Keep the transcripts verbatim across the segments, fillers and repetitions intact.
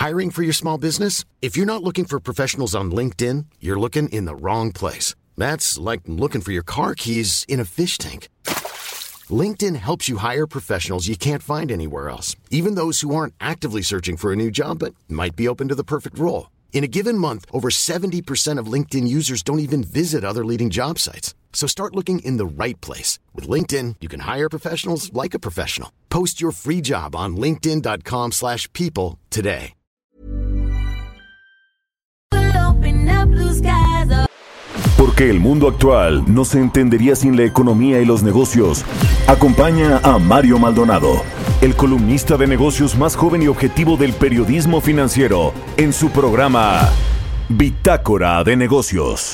Hiring for your small business? If you're not looking for professionals on LinkedIn, you're looking in the wrong place. That's like looking for your car keys in a fish tank. LinkedIn helps you hire professionals you can't find anywhere else, even those who aren't actively searching for a new job but might be open to the perfect role. In a given month, over seventy percent of LinkedIn users don't even visit other leading job sites. So start looking in the right place. With LinkedIn, you can hire professionals like a professional. Post your free job on linkedin.com slash people today. Porque el mundo actual no se entendería sin la economía y los negocios. Acompaña a Mario Maldonado, el columnista de negocios más joven y objetivo del periodismo financiero, en su programa Bitácora de Negocios.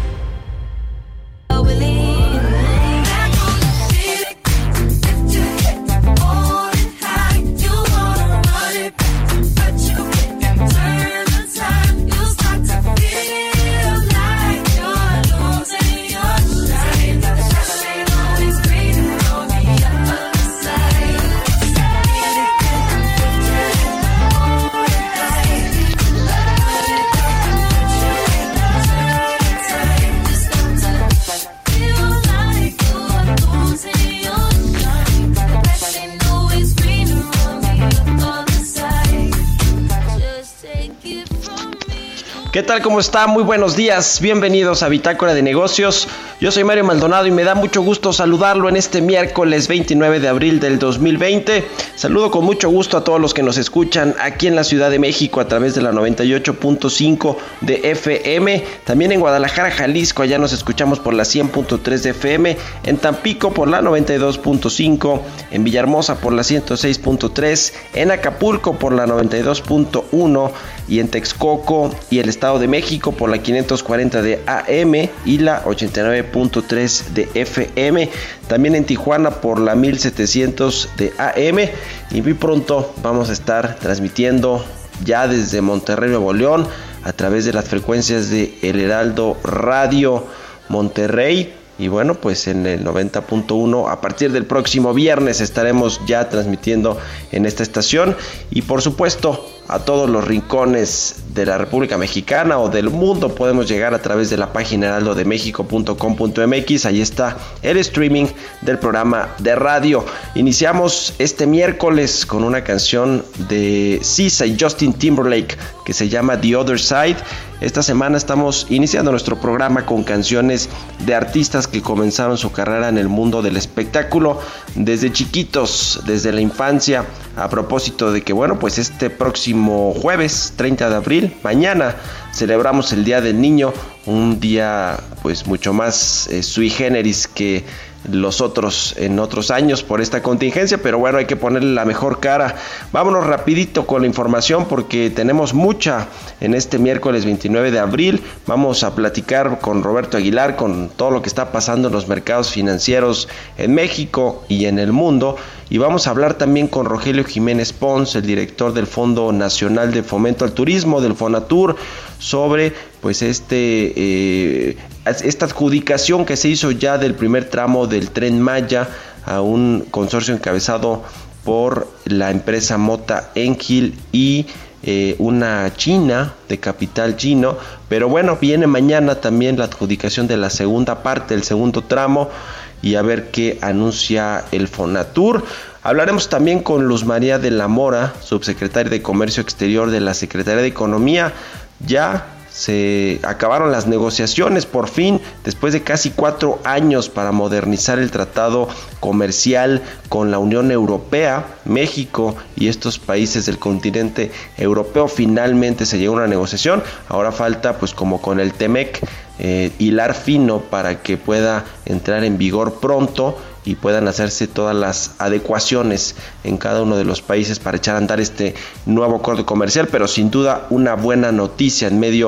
¿Qué tal? ¿Cómo está? Muy buenos días. Bienvenidos a Bitácora de Negocios. Yo soy Mario Maldonado y me da mucho gusto saludarlo en este miércoles veintinueve de abril del dos mil veinte. Saludo con mucho gusto a todos los que nos escuchan aquí en la Ciudad de México a través de la noventa y ocho punto cinco de F M. También en Guadalajara, Jalisco, allá nos escuchamos por la cien punto tres de F M. En Tampico por la noventa y dos punto cinco. En Villahermosa por la ciento seis punto tres. En Acapulco por la noventa y dos punto uno. Y en Texcoco y el Estado de México por la quinientos cuarenta de A M y la ochenta y nueve punto tres de F M. También en Tijuana por la mil setecientos de A M. Y muy pronto vamos a estar transmitiendo ya desde Monterrey, Nuevo León, a través de las frecuencias de El Heraldo Radio Monterrey. Y bueno, pues en el noventa punto uno a partir del próximo viernes estaremos ya transmitiendo en esta estación. Y por supuesto a todos los rincones de la República Mexicana o del mundo podemos llegar a través de la página heraldo de méxico punto com punto m x. Ahí está el streaming del programa de radio. Iniciamos este miércoles con una canción de S Z A y Justin Timberlake que se llama The Other Side. Esta semana estamos iniciando nuestro programa con canciones de artistas que comenzaron su carrera en el mundo del espectáculo desde chiquitos, desde la infancia. A propósito de que, bueno, pues este próximo jueves treinta de abril, mañana, celebramos el Día del Niño, un día pues mucho más eh, sui generis que los otros en otros años por esta contingencia, pero bueno, hay que ponerle la mejor cara. Vámonos rapidito con la información porque tenemos mucha en este miércoles veintinueve de abril. Vamos a platicar con Roberto Aguilar con todo lo que está pasando en los mercados financieros en México y en el mundo. Y vamos a hablar también con Rogelio Jiménez Pons, el director del Fondo Nacional de Fomento al Turismo, del FONATUR, sobre pues este eh, esta adjudicación que se hizo ya del primer tramo del Tren Maya a un consorcio encabezado por la empresa Mota Engil y eh, una china de capital chino. Pero bueno, viene mañana también la adjudicación de la segunda parte, el segundo tramo, y a ver qué anuncia el FONATUR. Hablaremos también con Luz María de la Mora, subsecretaria de Comercio Exterior de la Secretaría de Economía. Ya se acabaron las negociaciones por fin, después de casi cuatro años, para modernizar el tratado comercial con la Unión Europea. México y estos países del continente europeo finalmente se llegó a una negociación. Ahora falta, pues como con el TEMEC, eh, hilar fino para que pueda entrar en vigor pronto y puedan hacerse todas las adecuaciones en cada uno de los países para echar a andar este nuevo acuerdo comercial. Pero sin duda una buena noticia en medio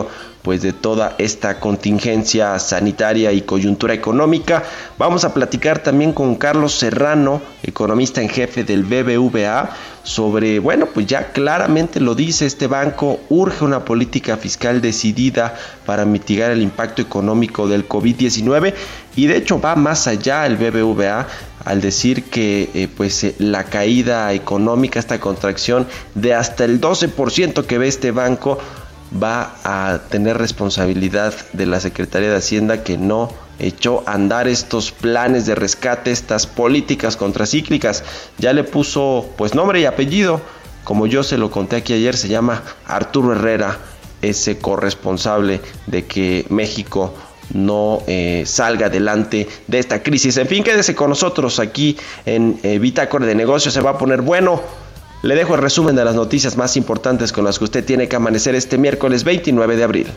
pues de toda esta contingencia sanitaria y coyuntura económica. Vamos a platicar también con Carlos Serrano, economista en jefe del B B V A, sobre, bueno, pues ya claramente lo dice este banco, urge una política fiscal decidida para mitigar el impacto económico del covid diecinueve, y de hecho va más allá el B B V A al decir que eh, pues eh, la caída económica, esta contracción de hasta el doce por ciento que ve este banco, va a tener responsabilidad de la Secretaría de Hacienda, que no echó a andar estos planes de rescate, estas políticas contracíclicas. Ya le puso pues nombre y apellido, como yo se lo conté aquí ayer, se llama Arturo Herrera, ese corresponsable de que México no eh, salga adelante de esta crisis. En fin, quédese con nosotros aquí en eh, Bitácora de Negocios, se va a poner bueno. Le dejo el resumen de las noticias más importantes con las que usted tiene que amanecer este miércoles veintinueve de abril.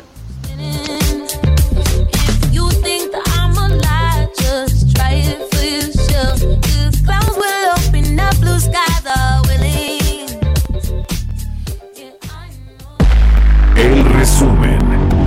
El resumen.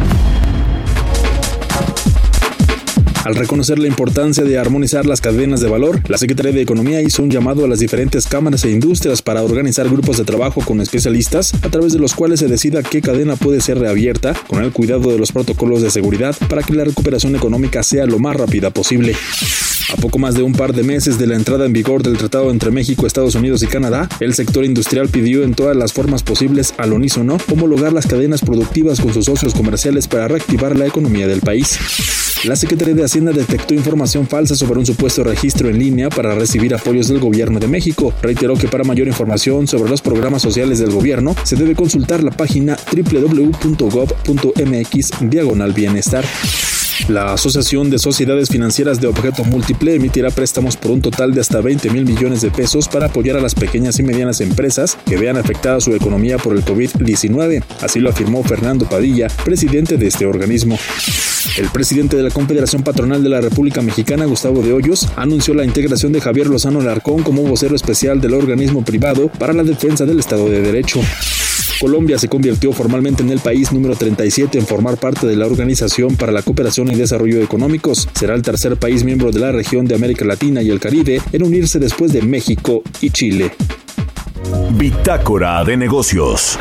Al reconocer la importancia de armonizar las cadenas de valor, la Secretaría de Economía hizo un llamado a las diferentes cámaras e industrias para organizar grupos de trabajo con especialistas, a través de los cuales se decida qué cadena puede ser reabierta, con el cuidado de los protocolos de seguridad para que la recuperación económica sea lo más rápida posible. A poco más de un par de meses de la entrada en vigor del tratado entre México, Estados Unidos y Canadá, el sector industrial pidió en todas las formas posibles al unísono homologar las cadenas productivas con sus socios comerciales para reactivar la economía del país. La Secretaría de Hacienda detectó información falsa sobre un supuesto registro en línea para recibir apoyos del Gobierno de México. Reiteró que para mayor información sobre los programas sociales del gobierno se debe consultar la página doble u doble u doble u punto gob punto mx diagonal bienestar. La Asociación de Sociedades Financieras de Objeto Múltiple emitirá préstamos por un total de hasta veinte mil millones de pesos para apoyar a las pequeñas y medianas empresas que vean afectada su economía por el covid diecinueve. Así lo afirmó Fernando Padilla, presidente de este organismo. El presidente de la Confederación Patronal de la República Mexicana, Gustavo de Hoyos, anunció la integración de Javier Lozano Alarcón como vocero especial del organismo privado para la defensa del Estado de Derecho. Colombia se convirtió formalmente en el país número treinta y siete en formar parte de la Organización para la Cooperación y Desarrollo Económicos. Será el tercer país miembro de la región de América Latina y el Caribe en unirse después de México y Chile. Bitácora de Negocios.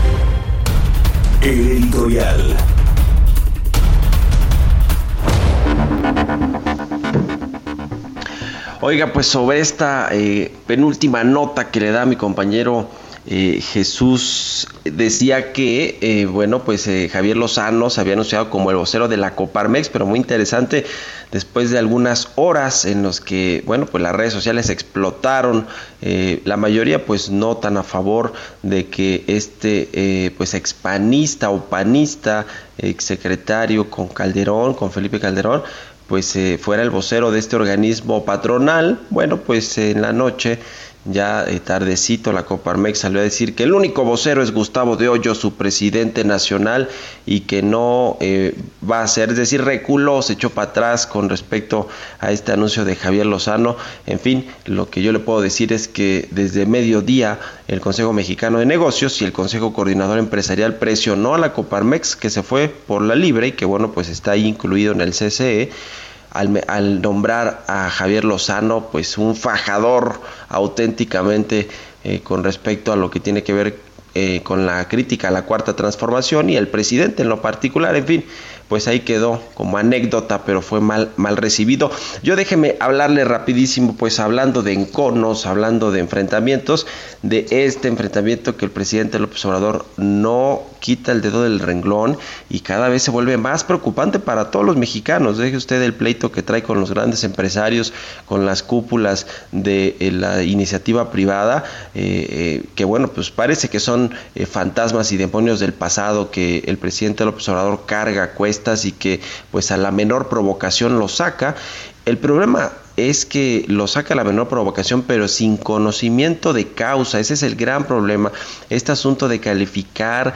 El editorial. Oiga, pues sobre esta eh, penúltima nota que le da mi compañero Eh, Jesús, decía que, eh, bueno, pues eh, Javier Lozano se había anunciado como el vocero de la Coparmex, pero muy interesante, después de algunas horas en los que, bueno, pues las redes sociales explotaron, eh, la mayoría pues no tan a favor de que este, eh, pues expanista o panista, exsecretario con Calderón, con Felipe Calderón, pues eh, fuera el vocero de este organismo patronal. Bueno, pues eh, en la noche, ya eh, tardecito, la Coparmex salió a decir que el único vocero es Gustavo de Hoyos, su presidente nacional, y que no eh, va a ser, es decir, reculó, se echó para atrás con respecto a este anuncio de Javier Lozano. En fin, lo que yo le puedo decir es que desde mediodía el Consejo Mexicano de Negocios y el Consejo Coordinador Empresarial presionó a la Coparmex, que se fue por la libre y que, bueno, pues está ahí incluido en el C C E, Al, al nombrar a Javier Lozano pues un fajador auténticamente eh, con respecto a lo que tiene que ver eh, con la crítica a la Cuarta Transformación y el presidente en lo particular. En fin, pues ahí quedó como anécdota, pero fue mal, mal recibido. Yo déjeme hablarle rapidísimo, pues hablando de enconos, hablando de enfrentamientos, de este enfrentamiento que el presidente López Obrador no quita el dedo del renglón y cada vez se vuelve más preocupante para todos los mexicanos. Deje usted el pleito que trae con los grandes empresarios, con las cúpulas de eh, la iniciativa privada, eh, eh, que bueno, pues parece que son eh, fantasmas y demonios del pasado que el presidente López Obrador carga a cuestas y que pues a la menor provocación lo saca. El problema es que lo saca a la menor provocación, pero sin conocimiento de causa. Ese es el gran problema, este asunto de calificar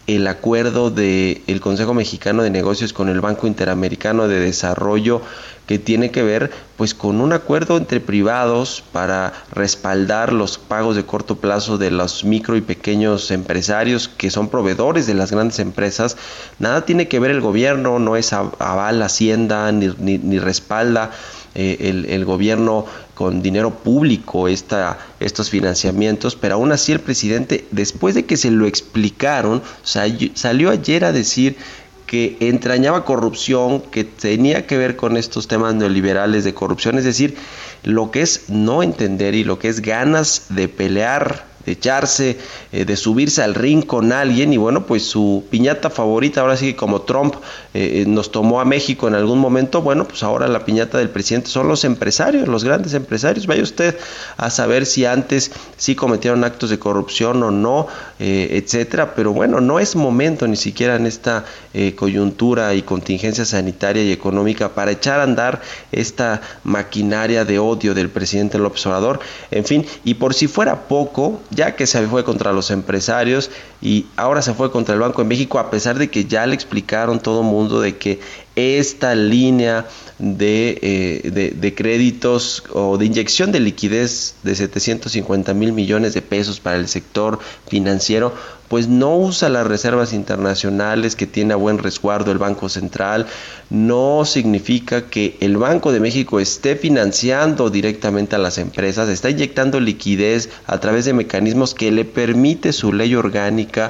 el acuerdo del Consejo Mexicano de Negocios con el Banco Interamericano de Desarrollo, que tiene que ver pues con un acuerdo entre privados para respaldar los pagos de corto plazo de los micro y pequeños empresarios que son proveedores de las grandes empresas. Nada tiene que ver el gobierno, no es aval Hacienda ni, ni, ni respalda eh, el, el gobierno con dinero público esta, estos financiamientos, pero aún así el presidente, después de que se lo explicaron, sal, salió ayer a decir que entrañaba corrupción, que tenía que ver con estos temas neoliberales de corrupción, es decir, lo que es no entender y lo que es ganas de pelear, de echarse, eh, de subirse al ring con alguien, y bueno, pues su piñata favorita, ahora sí que como Trump eh, nos tomó a México en algún momento, bueno, pues ahora la piñata del presidente son los empresarios, los grandes empresarios. Vaya usted a saber si antes sí cometieron actos de corrupción o no, eh, etcétera, pero bueno, no es momento ni siquiera en esta eh, coyuntura y contingencia sanitaria y económica para echar a andar esta maquinaria de odio del presidente López Obrador. En fin, y por si fuera poco, ya que se fue contra los empresarios y ahora se fue contra el Banco de México, a pesar de que ya le explicaron todo el mundo de que esta línea de, eh, de, de créditos o de inyección de liquidez de setecientos cincuenta mil millones de pesos para el sector financiero, pues no usa las reservas internacionales que tiene a buen resguardo el Banco Central, no significa que el Banco de México esté financiando directamente a las empresas, está inyectando liquidez a través de mecanismos que le permite su ley orgánica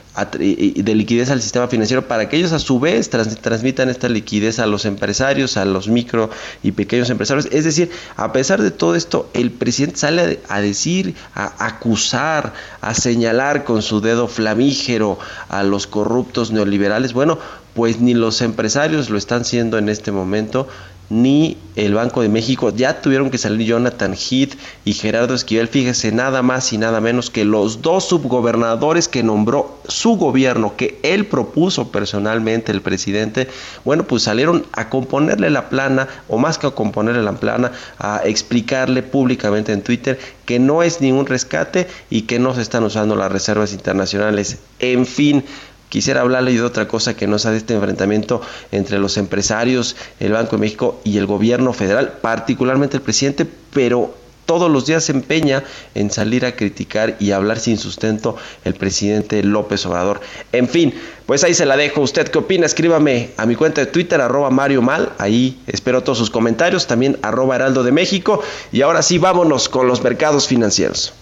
de liquidez al sistema financiero, para que ellos a su vez trans, transmitan esta liquidez a los empresarios, a los micro y pequeños empresarios. Es decir, a pesar de todo esto, el presidente sale a, a decir, a acusar, a señalar con su dedo flamígero a los corruptos neoliberales. Bueno, pues ni los empresarios lo están haciendo en este momento, ni el Banco de México. Ya tuvieron que salir Jonathan Heath y Gerardo Esquivel, fíjese, nada más y nada menos que los dos subgobernadores que nombró su gobierno, que él propuso personalmente el presidente. Bueno, pues salieron a componerle la plana, o más que a componerle la plana, a explicarle públicamente en Twitter que no es ningún rescate y que no se están usando las reservas internacionales. En fin, quisiera hablarle de otra cosa que no sea de este enfrentamiento entre los empresarios, el Banco de México y el gobierno federal, particularmente el presidente, pero todos los días se empeña en salir a criticar y hablar sin sustento el presidente López Obrador. En fin, pues ahí se la dejo. ¿Usted qué opina? Escríbame a mi cuenta de Twitter, arroba Mario Mal, ahí espero todos sus comentarios, también arroba Heraldo de México. Y ahora sí, vámonos con los mercados financieros.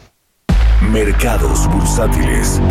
Mercados bursátiles.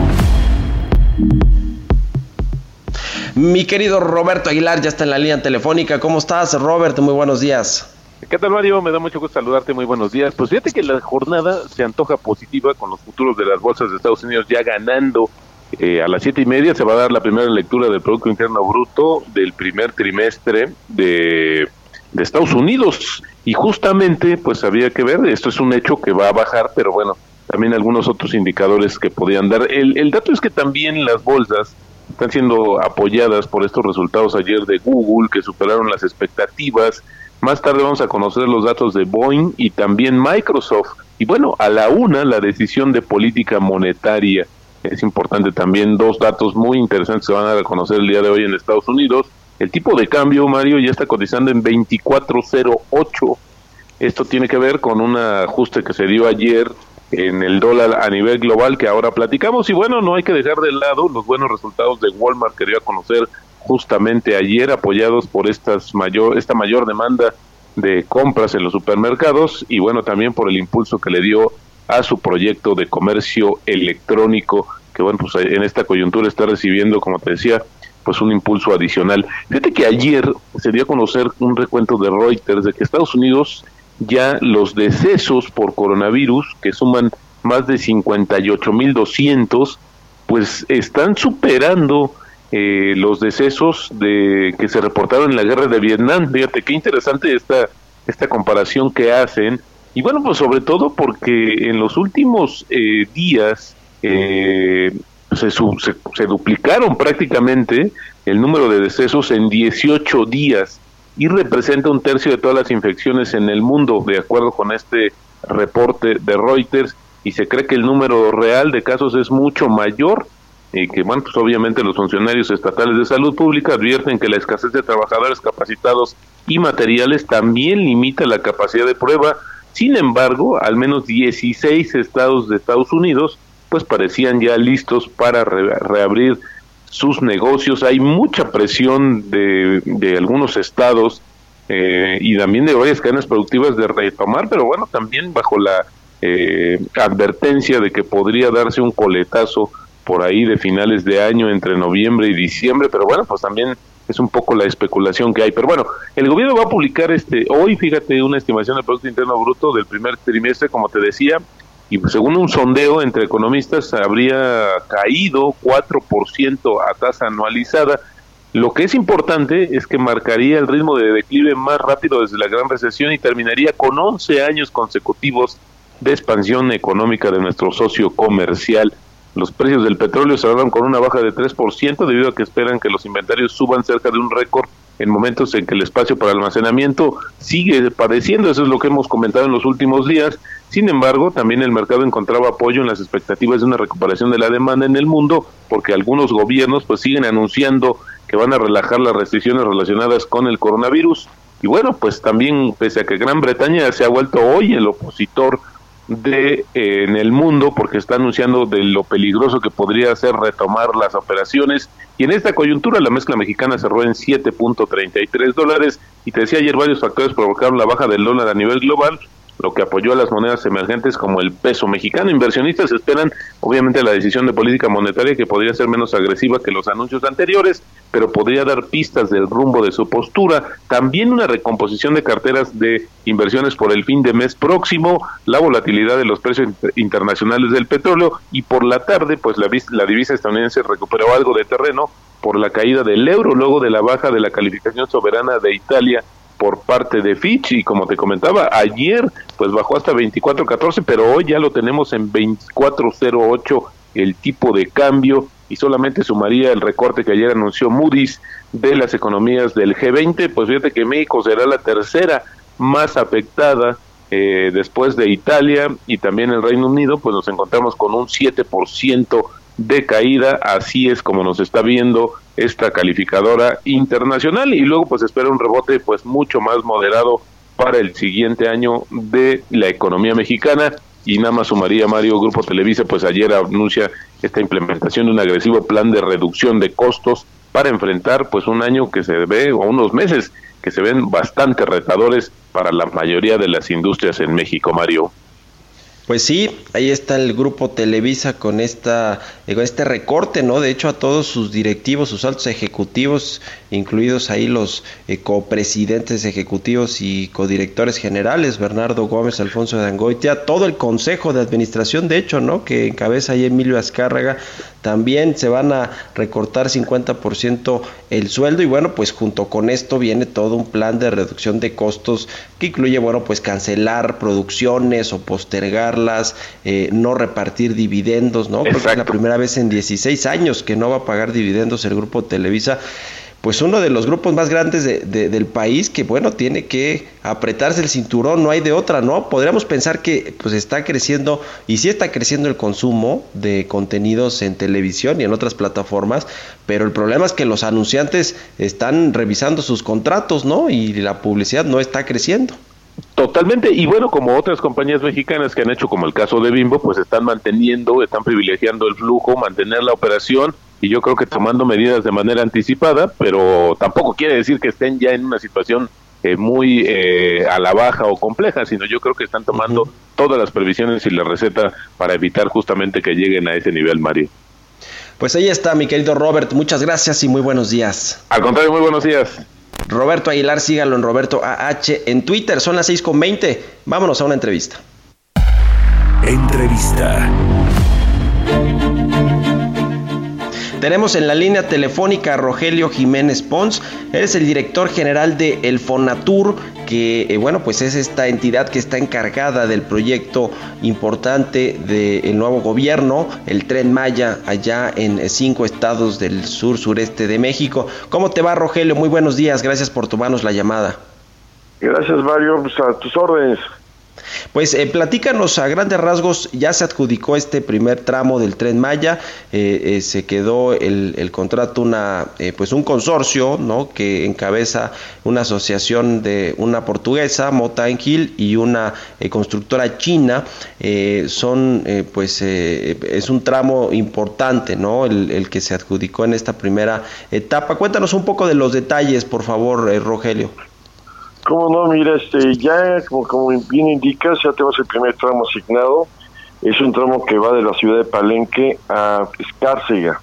Mi querido Roberto Aguilar ya está en la línea telefónica. ¿Cómo estás, Robert? Muy buenos días. ¿Qué tal, Mario? Me da mucho gusto saludarte, muy buenos días. Pues fíjate que la jornada se antoja positiva con los futuros de las bolsas de Estados Unidos ya ganando. Eh, a las siete y media se va a dar la primera lectura del Producto Interno Bruto del primer trimestre de, de Estados Unidos. Y justamente, pues había que ver, esto es un hecho que va a bajar, pero bueno, también algunos otros indicadores que podían dar. El, el dato es que también las bolsas están siendo apoyadas por estos resultados ayer de Google, que superaron las expectativas. Más tarde vamos a conocer los datos de Boeing y también Microsoft. Y bueno, a la una, la decisión de política monetaria. Es importante también, dos datos muy interesantes se van a conocer el día de hoy en Estados Unidos. El tipo de cambio, Mario, ya está cotizando en veinticuatro cero ocho. Esto tiene que ver con un ajuste que se dio ayer en el dólar a nivel global, que ahora platicamos. Y bueno, no hay que dejar de lado los buenos resultados de Walmart, que dio a conocer justamente ayer, apoyados por estas mayor esta mayor demanda de compras en los supermercados, y bueno, también por el impulso que le dio a su proyecto de comercio electrónico, que bueno, pues en esta coyuntura está recibiendo, como te decía, pues un impulso adicional. Fíjate que ayer se dio a conocer un recuento de Reuters de que Estados Unidos, ya los decesos por coronavirus, que suman más de cincuenta y ocho mil doscientos, pues están superando eh, los decesos de que se reportaron en la guerra de Vietnam. Fíjate qué interesante esta, esta comparación que hacen. Y bueno, pues sobre todo porque en los últimos eh, días eh, se, se, se duplicaron prácticamente el número de decesos en dieciocho días, y representa un tercio de todas las infecciones en el mundo, de acuerdo con este reporte de Reuters, y se cree que el número real de casos es mucho mayor, y que, bueno, pues obviamente los funcionarios estatales de salud pública advierten que la escasez de trabajadores capacitados y materiales también limita la capacidad de prueba. Sin embargo, al menos dieciséis estados de Estados Unidos pues parecían ya listos para re- reabrir sus negocios. Hay mucha presión de, de algunos estados eh, y también de varias cadenas productivas de retomar, pero bueno, también bajo la eh, advertencia de que podría darse un coletazo por ahí de finales de año, entre noviembre y diciembre, pero bueno, pues también es un poco la especulación que hay. Pero bueno, el gobierno va a publicar este hoy, fíjate, una estimación del Producto Interno Bruto del primer trimestre, como te decía, y según un sondeo entre economistas habría caído cuatro por ciento a tasa anualizada. Lo que es importante es que marcaría el ritmo de declive más rápido desde la gran recesión y terminaría con once años consecutivos de expansión económica de nuestro socio comercial. Los precios del petróleo cerraron con una baja de tres por ciento debido a que esperan que los inventarios suban cerca de un récord en momentos en que el espacio para almacenamiento sigue padeciendo. Eso es lo que hemos comentado en los últimos días. Sin embargo, también el mercado encontraba apoyo en las expectativas de una recuperación de la demanda en el mundo, porque algunos gobiernos pues siguen anunciando que van a relajar las restricciones relacionadas con el coronavirus. Y bueno, pues también, pese a que Gran Bretaña se ha vuelto hoy el opositor de eh, en el mundo, porque está anunciando de lo peligroso que podría ser retomar las operaciones, y en esta coyuntura la mezcla mexicana cerró en siete punto treinta y tres dólares, y te decía ayer, varios factores provocaron la baja del dólar a nivel global, lo que apoyó a las monedas emergentes como el peso mexicano. Inversionistas esperan obviamente la decisión de política monetaria, que podría ser menos agresiva que los anuncios anteriores, pero podría dar pistas del rumbo de su postura. También una recomposición de carteras de inversiones por el fin de mes próximo, la volatilidad de los precios internacionales del petróleo, y por la tarde pues la, la divisa estadounidense recuperó algo de terreno por la caída del euro luego de la baja de la calificación soberana de Italia por parte de Fitch, y como te comentaba, ayer pues bajó hasta veinticuatro catorce, pero hoy ya lo tenemos en veinticuatro cero ocho el tipo de cambio, y solamente sumaría el recorte que ayer anunció Moody's de las economías del G veinte. Pues fíjate que México será la tercera más afectada eh, después de Italia y también el Reino Unido, pues nos encontramos con un siete por ciento de caída. Así es como nos está viendo esta calificadora internacional, y luego pues espera un rebote pues mucho más moderado para el siguiente año de la economía mexicana. Y nada más sumaría, Mario, Grupo Televisa pues ayer anuncia esta implementación de un agresivo plan de reducción de costos para enfrentar pues un año que se ve, o unos meses que se ven bastante retadores para la mayoría de las industrias en México, Mario. Pues sí, ahí está el Grupo Televisa con esta con este recorte, ¿no? De hecho, a todos sus directivos, sus altos ejecutivos, incluidos ahí los eh, copresidentes ejecutivos y codirectores generales, Bernardo Gómez, Alfonso de Angoitia, todo el consejo de administración, de hecho, ¿no? Que encabeza ahí Emilio Azcárraga, también se van a recortar cincuenta por ciento el sueldo, y bueno, pues junto con esto viene todo un plan de reducción de costos que incluye, bueno, pues cancelar producciones o postergarlas, eh, no repartir dividendos, ¿no? Creo que es la primera vez en dieciséis años que no va a pagar dividendos el Grupo Televisa, pues uno de los grupos más grandes de, de, del país, que bueno, tiene que apretarse el cinturón, no hay de otra, ¿no? Podríamos pensar que pues está creciendo, y sí está creciendo el consumo de contenidos en televisión y en otras plataformas, pero el problema es que los anunciantes están revisando sus contratos, ¿no? Y la publicidad no está creciendo. Totalmente, y bueno, como otras compañías mexicanas que han hecho, como el caso de Bimbo, pues están manteniendo, están privilegiando el flujo, mantener la operación, y yo creo que tomando medidas de manera anticipada, pero tampoco quiere decir que estén ya en una situación eh, muy eh, a la baja o compleja, sino yo creo que están tomando uh-huh. todas las previsiones y la receta para evitar justamente que lleguen a ese nivel, Mario. Pues ahí está, mi querido Robert, muchas gracias y muy buenos días. Al contrario, muy buenos días. Roberto Aguilar, sígalo en Roberto A H en Twitter, son las seis con veinte, vámonos a una entrevista. Entrevista. Tenemos en la línea telefónica a Rogelio Jiménez Pons, él es el director general de el Fonatur, que eh, bueno, pues es esta entidad que está encargada del proyecto importante del nuevo gobierno, el Tren Maya, allá en cinco estados del sur sureste de México. ¿Cómo te va, Rogelio? Muy buenos días, gracias por tomarnos la llamada. Gracias, Mario, pues a tus órdenes. Pues eh, platícanos a grandes rasgos, ya se adjudicó este primer tramo del Tren Maya, eh, eh, se quedó el, el contrato, una eh, pues un consorcio, ¿no?, que encabeza una asociación de una portuguesa, Mota Engil, y una eh, constructora china. Eh, son eh, pues eh, es un tramo importante, ¿no?, el, el que se adjudicó en esta primera etapa. Cuéntanos un poco de los detalles, por favor, eh, Rogelio. Cómo no, mira, este, ya como, como bien indicas, ya tenemos el primer tramo asignado. Es un tramo que va de la ciudad de Palenque a Escárcega.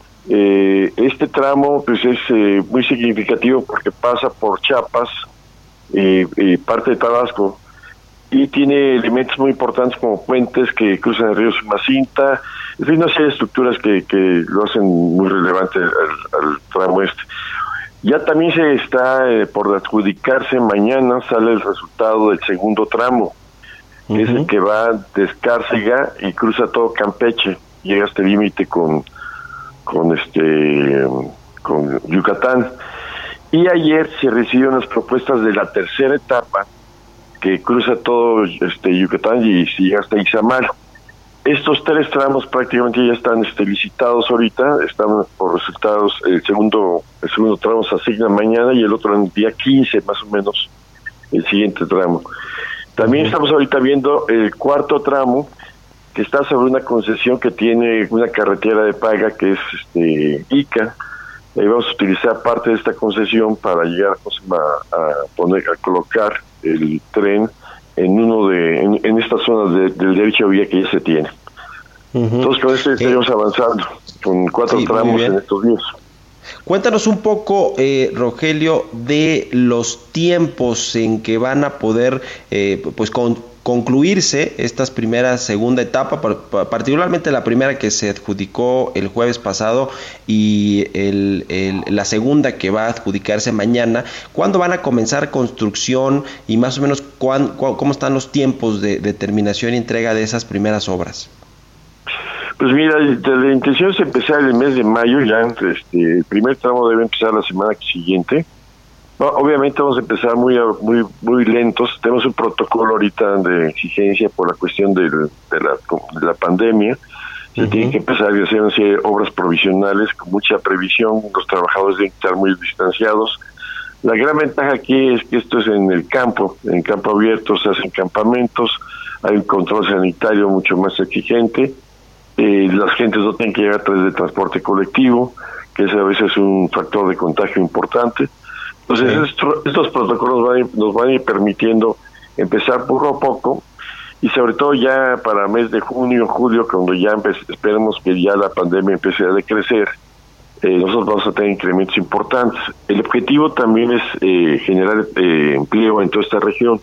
Eh, este tramo pues es eh, muy significativo porque pasa por Chiapas, eh, eh, parte de Tabasco, y tiene elementos muy importantes como puentes que cruzan el río Sumacinta, en fin, una serie de estructuras que, que lo hacen muy relevante al, al tramo este. Ya también se está eh, por adjudicarse, mañana sale el resultado del segundo tramo, que uh-huh. es el que va de Escárcega y cruza todo Campeche, llega hasta el límite con, con este con Yucatán. Y ayer se recibieron las propuestas de la tercera etapa, que cruza todo este Yucatán y llega hasta Izamal. Estos tres tramos prácticamente ya están este, licitados ahorita, están por resultados. El segundo el segundo tramo se asigna mañana y el otro en el día quince más o menos, el siguiente tramo. También uh-huh. estamos ahorita viendo el cuarto tramo, que está sobre una concesión que tiene una carretera de paga que es este Ica. Ahí vamos a utilizar parte de esta concesión para llegar a, a poner a colocar el tren en uno de en, en estas zonas de, del derecho a vía que ya se tiene. Uh-huh. Entonces con esto estaremos eh, avanzando con cuatro sí, tramos en estos días. Cuéntanos un poco, eh, Rogelio, de los tiempos en que van a poder eh, pues con, concluirse estas primeras, segunda etapa, particularmente la primera que se adjudicó el jueves pasado y el, el, la segunda que va a adjudicarse mañana. ¿Cuándo van a comenzar construcción y más o menos cuán, cuán, cómo están los tiempos de, de terminación y entrega de esas primeras obras? Pues mira, la intención es empezar el mes de mayo, ya este, el primer tramo debe empezar la semana siguiente. No, obviamente vamos a empezar muy muy muy lentos. Tenemos un protocolo ahorita de exigencia por la cuestión de, de, la, de la pandemia. Se uh-huh. tiene que empezar a hacer una serie de obras provisionales con mucha previsión. Los trabajadores deben estar muy distanciados. La gran ventaja aquí es que esto es en el campo, en campo abierto, se hacen campamentos, hay un control sanitario mucho más exigente. Eh, las gentes no tienen que llegar a través de transporte colectivo, que ese a veces es un factor de contagio importante. Entonces, sí. estos, estos protocolos van a, nos van a ir permitiendo empezar poco a poco, y sobre todo ya para mes de junio, julio, cuando ya empe- esperemos que ya la pandemia empiece a decrecer, eh, nosotros vamos a tener incrementos importantes. El objetivo también es eh, generar eh, empleo en toda esta región.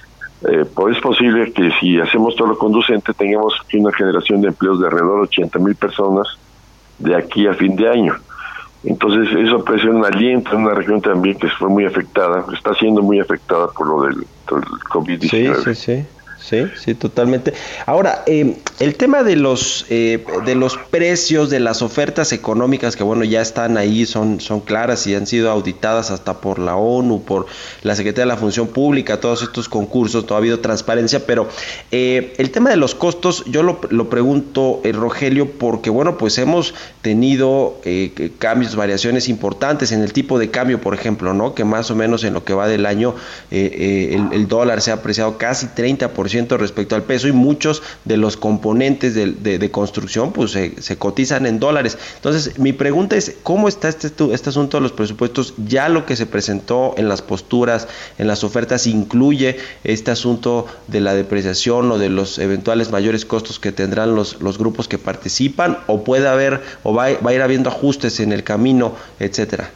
Eh, pues es posible que si hacemos todo lo conducente tengamos una generación de empleos de alrededor de ochenta mil personas de aquí a fin de año. Entonces eso puede ser un aliento en una región también que fue muy afectada, está siendo muy afectada por lo del, del COVID diecinueve. Sí, sí, sí. Sí, sí, totalmente. Ahora, eh, el tema de los eh, de los precios, de las ofertas económicas que, bueno, ya están ahí, son son claras y han sido auditadas hasta por la ONU, por la Secretaría de la Función Pública, todos estos concursos, no ha habido transparencia, pero eh, el tema de los costos, yo lo, lo pregunto, eh, Rogelio, porque, bueno, pues hemos tenido eh, cambios, variaciones importantes en el tipo de cambio, por ejemplo, ¿no? Que más o menos en lo que va del año eh, eh, el, el dólar se ha apreciado casi treinta por ciento respecto al peso, y muchos de los componentes de, de, de construcción pues se, se cotizan en dólares. Entonces mi pregunta es, ¿cómo está este, este asunto de los presupuestos? Ya lo que se presentó en las posturas, en las ofertas, incluye este asunto de la depreciación o de los eventuales mayores costos que tendrán los, los grupos que participan, o puede haber o va, va a ir habiendo ajustes en el camino, etcétera.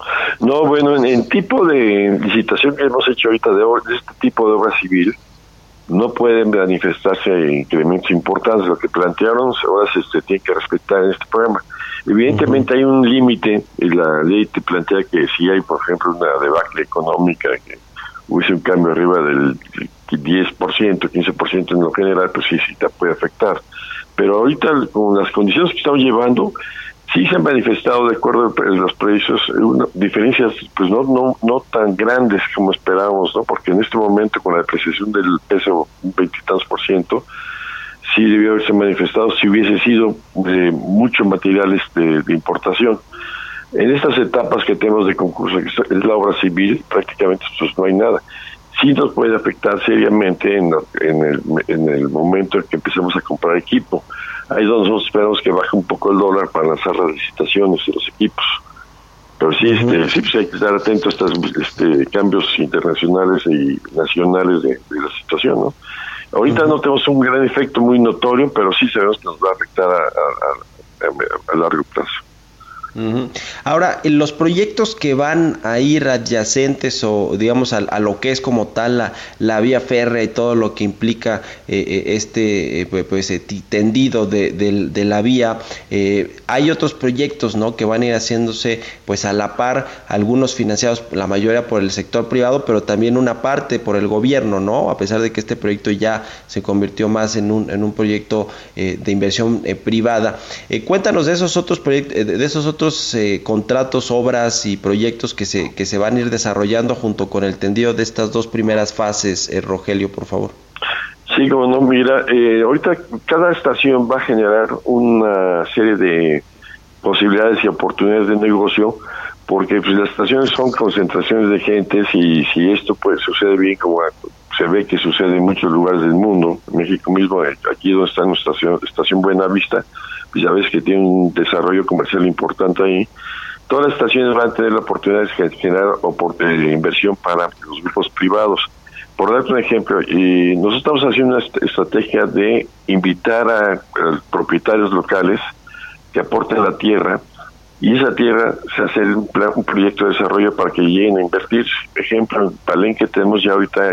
No, bueno, en el tipo de licitación que hemos hecho ahorita de, de este tipo de obra civil, no pueden manifestarse incrementos importantes. Lo que plantearon ahora se, se tiene que respetar en este programa. Evidentemente uh-huh. hay un límite, y la ley te plantea que si hay, por ejemplo, una debacle económica, que hubiese un cambio arriba del diez por ciento, quince por ciento en lo general, pues sí, sí te puede afectar. Pero ahorita, con las condiciones que estamos llevando, Sí se han manifestado de acuerdo en los precios, una, diferencias pues no no no tan grandes como esperábamos, ¿no? Porque en este momento con la depreciación del peso un veintitantos por ciento, sí debió haberse manifestado si hubiese sido de muchos materiales de, de importación. En estas etapas que tenemos de concurso, que es la obra civil, prácticamente pues no hay nada. Sí nos puede afectar seriamente en, en, el, en el momento en que empecemos a comprar equipo. Ahí es donde nosotros esperamos que baje un poco el dólar para lanzar las licitaciones de los equipos. Pero sí, uh-huh. este, sí pues hay que estar atento a estos este, cambios internacionales y nacionales de, de la situación, ¿no? Ahorita uh-huh. no tenemos un gran efecto muy notorio, pero sí sabemos que nos va a afectar a, a, a, a largo plazo. Uh-huh. Ahora, los proyectos que van a ir adyacentes o digamos a, a lo que es como tal la, la vía férrea y todo lo que implica eh, este eh, pues eh, tendido de, de, de la vía, eh, hay otros proyectos, ¿no?, que van a ir haciéndose pues a la par, algunos financiados la mayoría por el sector privado, pero también una parte por el gobierno, ¿no?, a pesar de que este proyecto ya se convirtió más en un en un proyecto eh, de inversión eh, privada. Eh, cuéntanos de esos otros proyectos, de esos otros Eh, contratos, obras y proyectos que se que se van a ir desarrollando junto con el tendido de estas dos primeras fases, eh, Rogelio, por favor. Sí, como no, mira, eh, ahorita cada estación va a generar una serie de posibilidades y oportunidades de negocio, porque pues las estaciones son concentraciones de gentes y si esto pues sucede bien, como se ve que sucede en muchos lugares del mundo, en México mismo, aquí donde está nuestra estación, estación Buenavista, pues ya ves que tiene un desarrollo comercial importante ahí. Todas las estaciones van a tener la oportunidad de generar de inversión para los grupos privados. Por darte un ejemplo, y nosotros estamos haciendo una est- estrategia de invitar a, a propietarios locales que aporten la tierra, y esa tierra se hace un, plan, un proyecto de desarrollo para que lleguen a invertir. Por ejemplo, en Palenque tenemos ya ahorita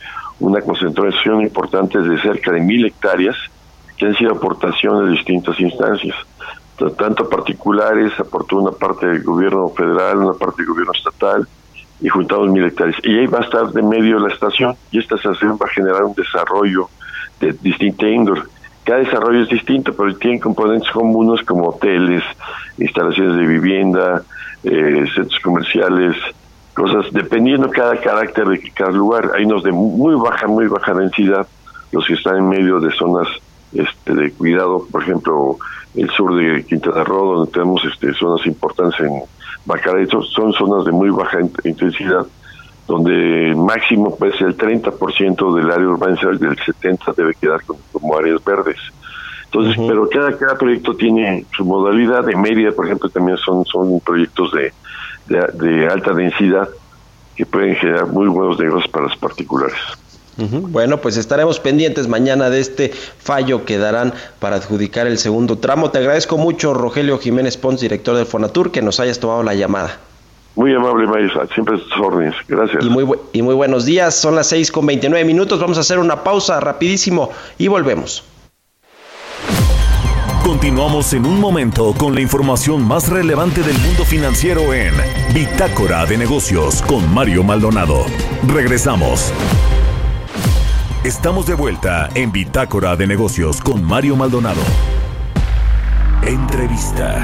una concentración importante de cerca de mil hectáreas que han sido aportaciones de distintas instancias, tanto particulares, aportó una parte del gobierno federal, una parte del gobierno estatal, y juntamos mil hectáreas. Y ahí va a estar de medio la estación, y esta estación va a generar un desarrollo de distinta índole. Cada desarrollo es distinto, pero tienen componentes comunes como hoteles, instalaciones de vivienda, eh, centros comerciales, cosas, dependiendo cada carácter de cada lugar. Hay unos de muy baja, muy baja densidad, los que están en medio de zonas este de cuidado, por ejemplo, el sur de Quintana Roo, donde tenemos este zonas importantes en Bacaray, son zonas de muy baja intensidad, donde máximo pues el treinta por ciento del área urbanizada y del setenta por ciento debe quedar como, como áreas verdes. Entonces, uh-huh. pero cada cada proyecto tiene su modalidad. De Mérida, por ejemplo, también son son proyectos de, de, de alta densidad que pueden generar muy buenos negocios para los particulares. Uh-huh. Bueno, pues estaremos pendientes mañana de este fallo que darán para adjudicar el segundo tramo. Te agradezco mucho, Rogelio Jiménez Pons, director del Fonatur, que nos hayas tomado la llamada. Muy amable, Mario, siempre a tus órdenes. Gracias. Y muy, bu- y muy buenos días, son las seis con veintinueve minutos, vamos a hacer una pausa rapidísimo y volvemos. Continuamos en un momento con la información más relevante del mundo financiero en Bitácora de Negocios con Mario Maldonado. Regresamos. Estamos de vuelta en Bitácora de Negocios con Mario Maldonado. Entrevista.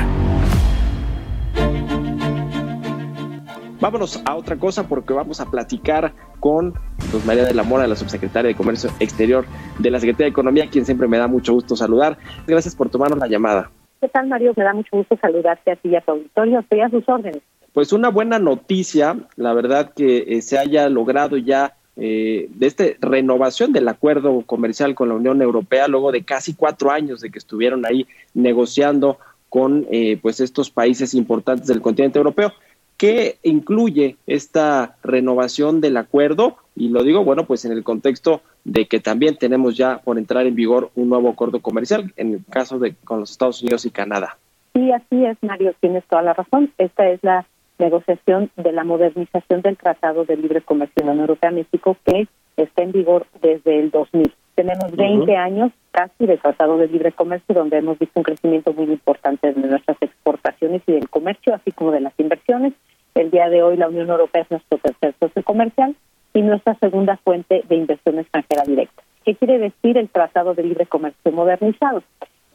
Vámonos a otra cosa porque vamos a platicar con Luz María de la Mora, la subsecretaria de Comercio Exterior de la Secretaría de Economía, quien siempre me da mucho gusto saludar. Gracias por tomarnos la llamada. ¿Qué tal, Mario? Me da mucho gusto saludarte a ti y a tu auditorio. Estoy a sus órdenes. Pues una buena noticia, la verdad que eh, se haya logrado ya eh, de esta renovación del acuerdo comercial con la Unión Europea, luego de casi cuatro años de que estuvieron ahí negociando con eh, pues estos países importantes del continente europeo. ¿Qué incluye esta renovación del acuerdo? Y lo digo, bueno, pues en el contexto de que también tenemos ya por entrar en vigor un nuevo acuerdo comercial, en el caso de con los Estados Unidos y Canadá. Sí, así es, Mario, tienes toda la razón. Esta es la negociación de la modernización del Tratado de Libre Comercio de la Unión Europea-México, que está en vigor desde el dos mil. Tenemos veinte uh-huh. años casi de Tratado de Libre Comercio, donde hemos visto un crecimiento muy importante de nuestras exportaciones y del comercio, así como de las inversiones. El día de hoy la Unión Europea es nuestro tercer socio comercial y nuestra segunda fuente de inversión extranjera directa. ¿Qué quiere decir el Tratado de Libre Comercio modernizado?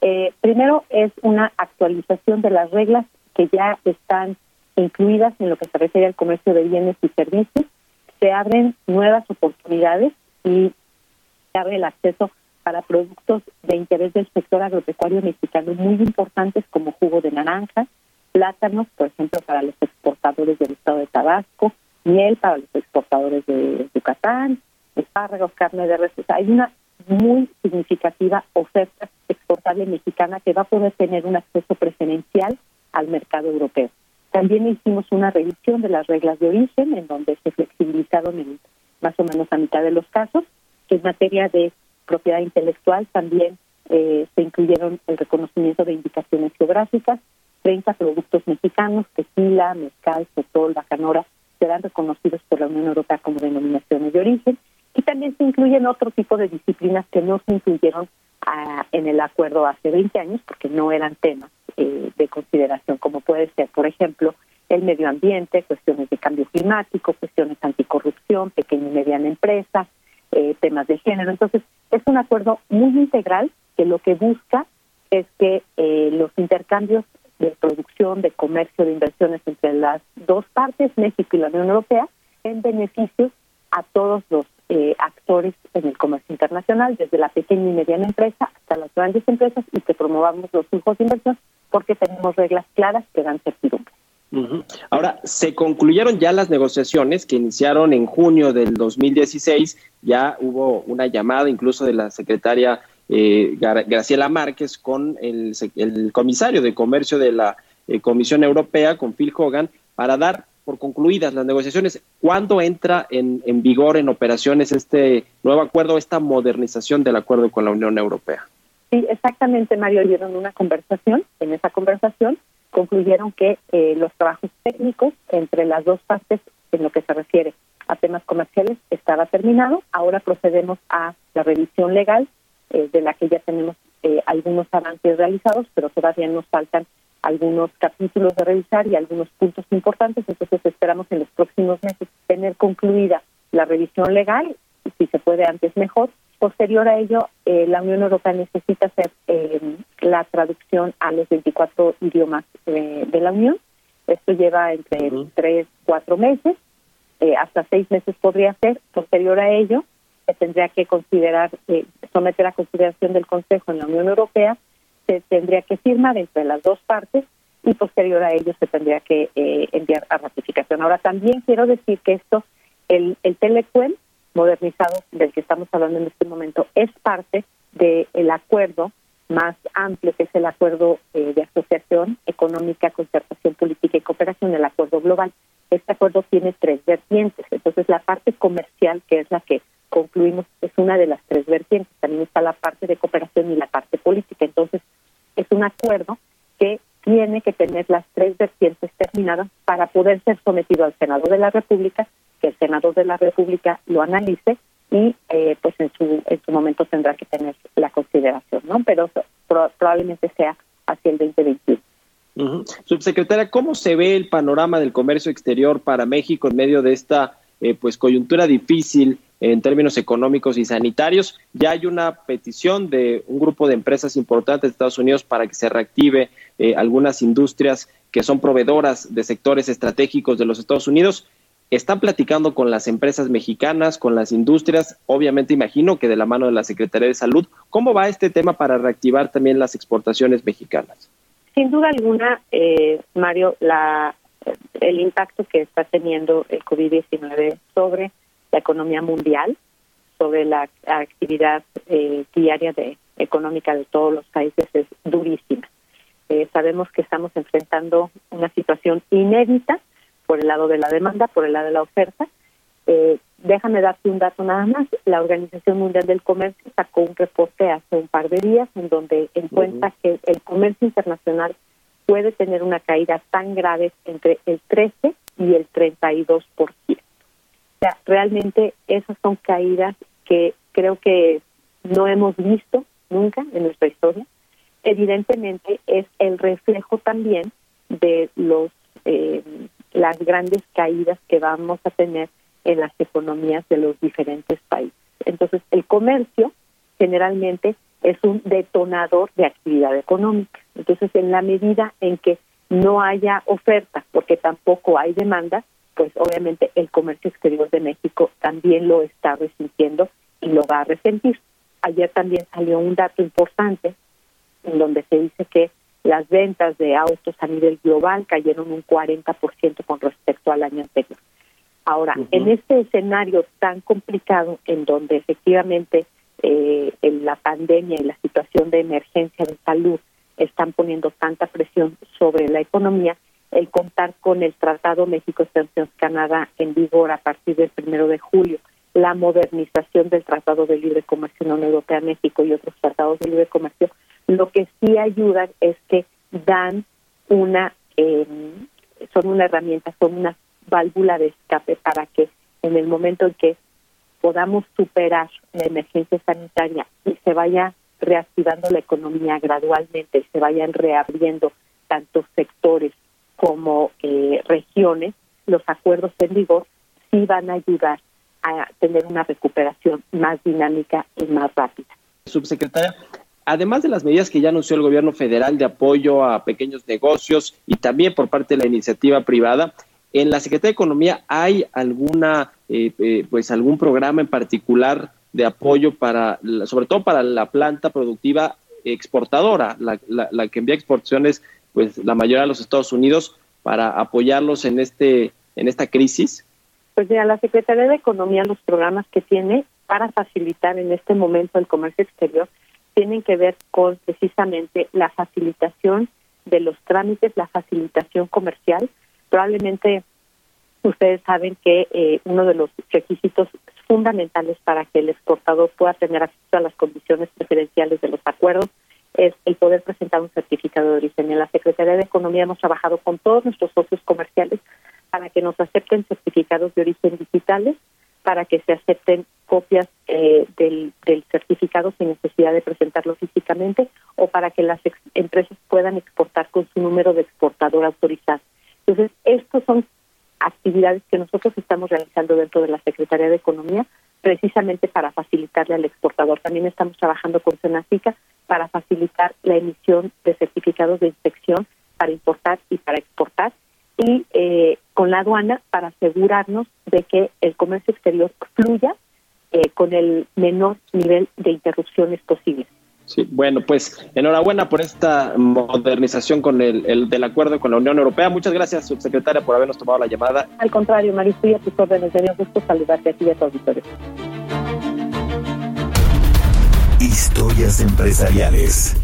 Eh, primero es una actualización de las reglas que ya están incluidas en lo que se refiere al comercio de bienes y servicios. Se abren nuevas oportunidades y se abre el acceso para productos de interés del sector agropecuario mexicano muy importantes como jugo de naranja, plátanos, por ejemplo, para los exportadores del estado de Tabasco, miel para los exportadores de Yucatán, espárragos, carne de res. O sea, hay una muy significativa oferta exportable mexicana que va a poder tener un acceso preferencial al mercado europeo. También hicimos una revisión de las reglas de origen, en donde se flexibilizaron en más o menos a mitad de los casos. En materia de propiedad intelectual también eh, se incluyeron el reconocimiento de indicaciones geográficas. treinta productos mexicanos, tequila, mezcal, sotol, bacanora, serán reconocidos por la Unión Europea como denominaciones de origen. Y también se incluyen otro tipo de disciplinas que no se incluyeron a, en el acuerdo hace veinte años porque no eran temas eh, de consideración, como puede ser, por ejemplo, el medio ambiente, cuestiones de cambio climático, cuestiones anticorrupción, pequeña y mediana empresa, eh, temas de género. Entonces, es un acuerdo muy integral que lo que busca es que eh, los intercambios de producción, de comercio, de inversiones entre las dos partes, México y la Unión Europea, en beneficio a todos los eh, actores en el comercio internacional, desde la pequeña y mediana empresa hasta las grandes empresas, y que promovamos los flujos de inversión porque tenemos reglas claras que dan certidumbre. Uh-huh. Ahora, se concluyeron ya las negociaciones que iniciaron en junio del dos mil dieciséis, ya hubo una llamada incluso de la secretaria eh, Graciela Márquez con el, el comisario de comercio de la eh, Comisión Europea, con Phil Hogan, para dar por concluidas las negociaciones. ¿Cuándo entra en, en vigor, en operaciones, este nuevo acuerdo, esta modernización del acuerdo con la Unión Europea? Sí, exactamente, Mario. Dieron una conversación. En esa conversación concluyeron que eh, los trabajos técnicos entre las dos partes, en lo que se refiere a temas comerciales, estaba terminado. Ahora procedemos a la revisión legal, eh, de la que ya tenemos eh, algunos avances realizados, pero todavía nos faltan algunos capítulos de revisar y algunos puntos importantes. Entonces esperamos en los próximos meses tener concluida la revisión legal, y si se puede antes mejor. Posterior a ello, eh, la Unión Europea necesita hacer eh, la traducción a los veinticuatro idiomas eh, de la Unión. Esto lleva entre uh-huh. tres, cuatro meses, eh, hasta seis meses podría ser. Posterior a ello, se tendría que considerar, eh, someter a consideración del Consejo en la Unión Europea, se tendría que firmar entre las dos partes y posterior a ello se tendría que eh, enviar a ratificación. Ahora, también quiero decir que esto, el, el Telecuem modernizado del que estamos hablando en este momento, es parte del acuerdo más amplio, que es el acuerdo eh, de asociación económica, concertación política y cooperación, el acuerdo global. Este acuerdo tiene tres vertientes. Entonces, la parte comercial, que es la que concluimos, es una de las tres vertientes. También está la parte de cooperación y la parte política. Entonces, es un acuerdo que tiene que tener las tres vertientes terminadas para poder ser sometido al Senado de la República, que el Senado de la República lo analice y eh, pues en su en su momento tendrá que tener la consideración, ¿no? Pero pro, probablemente sea hacia el veinte veintiuno. Uh-huh. Subsecretaria, ¿cómo se ve el panorama del comercio exterior para México en medio de esta eh, pues coyuntura difícil en términos económicos y sanitarios? Ya hay una petición de un grupo de empresas importantes de Estados Unidos para que se reactive eh, algunas industrias que son proveedoras de sectores estratégicos de los Estados Unidos. ¿Están platicando con las empresas mexicanas, con las industrias? Obviamente imagino que de la mano de la Secretaría de Salud. ¿Cómo va este tema para reactivar también las exportaciones mexicanas? Sin duda alguna, eh, Mario, la, el impacto que está teniendo el COVID diecinueve sobre la economía mundial, sobre la actividad eh, diaria de económica de todos los países es durísima. Eh, sabemos que estamos enfrentando una situación inédita por el lado de la demanda, por el lado de la oferta. Eh, déjame darte un dato nada más. La Organización Mundial del Comercio sacó un reporte hace un par de días en donde encuentra uh-huh. que el comercio internacional puede tener una caída tan grave entre el trece y el treinta y dos por ciento. O sea, realmente esas son caídas que creo que no hemos visto nunca en nuestra historia. Evidentemente es el reflejo también de los eh, las grandes caídas que vamos a tener en las economías de los diferentes países. Entonces, el comercio generalmente es un detonador de actividad económica. Entonces, en la medida en que no haya oferta, porque tampoco hay demanda, pues obviamente el comercio exterior de México también lo está resintiendo y lo va a resentir. Ayer también salió un dato importante en donde se dice que las ventas de autos a nivel global cayeron un cuarenta por ciento con respecto al año anterior. Ahora, uh-huh. en este escenario tan complicado, en donde efectivamente eh, en la pandemia y la situación de emergencia de salud están poniendo tanta presión sobre la economía, el contar con el Tratado México-Estados Unidos-Canadá en vigor a partir del primero de julio, la modernización del Tratado de Libre Comercio Unión Europea-México y otros tratados de libre comercio, lo que sí ayudan es que dan una, eh, son una herramienta, son una válvula de escape para que en el momento en que podamos superar la emergencia sanitaria y se vaya reactivando la economía gradualmente, se vayan reabriendo tantos sectores como eh, regiones, los acuerdos en vigor sí van a ayudar a tener una recuperación más dinámica y más rápida. Subsecretaria, además de las medidas que ya anunció el gobierno federal de apoyo a pequeños negocios y también por parte de la iniciativa privada, ¿en la Secretaría de Economía hay alguna, eh, eh, pues algún programa en particular de apoyo para, sobre todo para la planta productiva exportadora, la, la, la que envía exportaciones, pues la mayoría a los Estados Unidos, para apoyarlos en este, en esta crisis? Pues mira, la Secretaría de Economía, los programas que tiene para facilitar en este momento el comercio exterior tienen que ver con precisamente la facilitación de los trámites, la facilitación comercial. Probablemente ustedes saben que eh, uno de los requisitos fundamentales para que el exportador pueda tener acceso a las condiciones preferenciales de los acuerdos es el poder presentar un certificado de origen. En la Secretaría de Economía hemos trabajado con todos nuestros socios comerciales para que nos acepten certificados de origen digitales, para que se acepten copias eh, del, del certificado sin necesidad de presentarlo físicamente, o para que las ex- empresas puedan exportar con su número de exportador autorizado. Entonces, estos son actividades que nosotros estamos realizando dentro de la Secretaría de Economía, precisamente para facilitarle al exportador. También estamos trabajando con Senacica para facilitar la emisión de certificados de inspección para importar y para exportar, y eh, con la aduana para asegurarnos de que el comercio exterior fluya eh, con el menor nivel de interrupciones posibles. Sí, bueno, pues enhorabuena por esta modernización con el, el del acuerdo con la Unión Europea. Muchas gracias, subsecretaria, por habernos tomado la llamada. Al contrario, María, estoy a tus órdenes. Me dio gusto saludarte aquí y a tu auditorio. Historias empresariales.